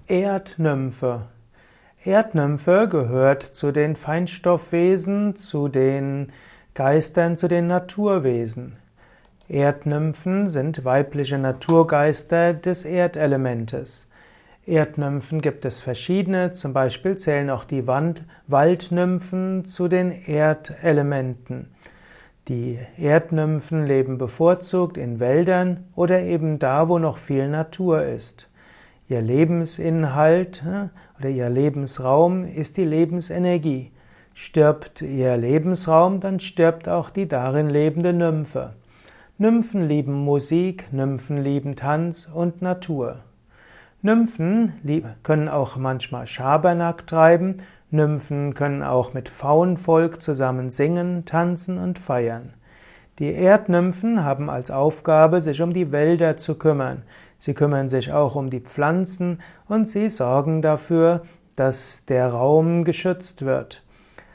Erdnymphe. Erdnymphe gehört zu den Feinstoffwesen, zu den Geistern, zu den Naturwesen. Erdnymphen sind weibliche Naturgeister des Erdelementes. Erdnymphen gibt es verschiedene, zum Beispiel zählen auch die Waldnymphen zu den Erdelementen. Die Erdnymphen leben bevorzugt in Wäldern oder eben da, wo noch viel Natur ist. Ihr Lebensinhalt oder ihr Lebensraum ist die Lebensenergie. Stirbt ihr Lebensraum, dann stirbt auch die darin lebende Nymphe. Nymphen lieben Musik, Nymphen lieben Tanz und Natur. Nymphen können auch manchmal Schabernack treiben. Nymphen können auch mit Faunvolk zusammen singen, tanzen und feiern. Die Erdnymphen haben als Aufgabe, sich um die Wälder zu kümmern. Sie kümmern sich auch um die Pflanzen und sie sorgen dafür, dass der Raum geschützt wird.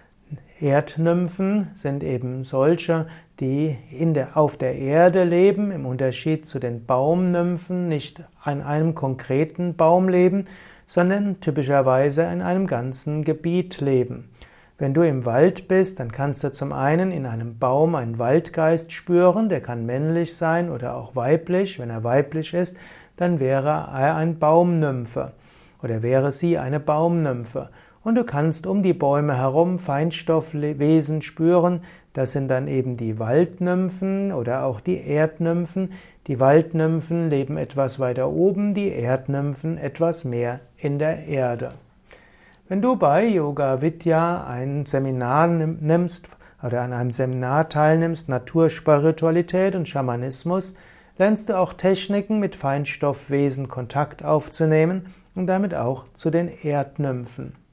Erdnymphen sind eben solche, die auf der Erde leben, im Unterschied zu den Baumnymphen nicht an einem konkreten Baum leben, sondern typischerweise in einem ganzen Gebiet leben. Wenn du im Wald bist, dann kannst du zum einen in einem Baum einen Waldgeist spüren, der kann männlich sein oder auch weiblich. Wenn er weiblich ist, dann wäre er ein Baumnymphe oder wäre sie eine Baumnymphe. Und du kannst um die Bäume herum Feinstoffwesen spüren. Das sind dann eben die Waldnymphen oder auch die Erdnymphen. Die Waldnymphen leben etwas weiter oben, die Erdnymphen etwas mehr in der Erde. Wenn du bei Yoga Vidya ein Seminar nimmst oder an einem Seminar teilnimmst, Naturspiritualität und Schamanismus, lernst du auch Techniken mit Feinstoffwesen Kontakt aufzunehmen und damit auch zu den Erdnymphen.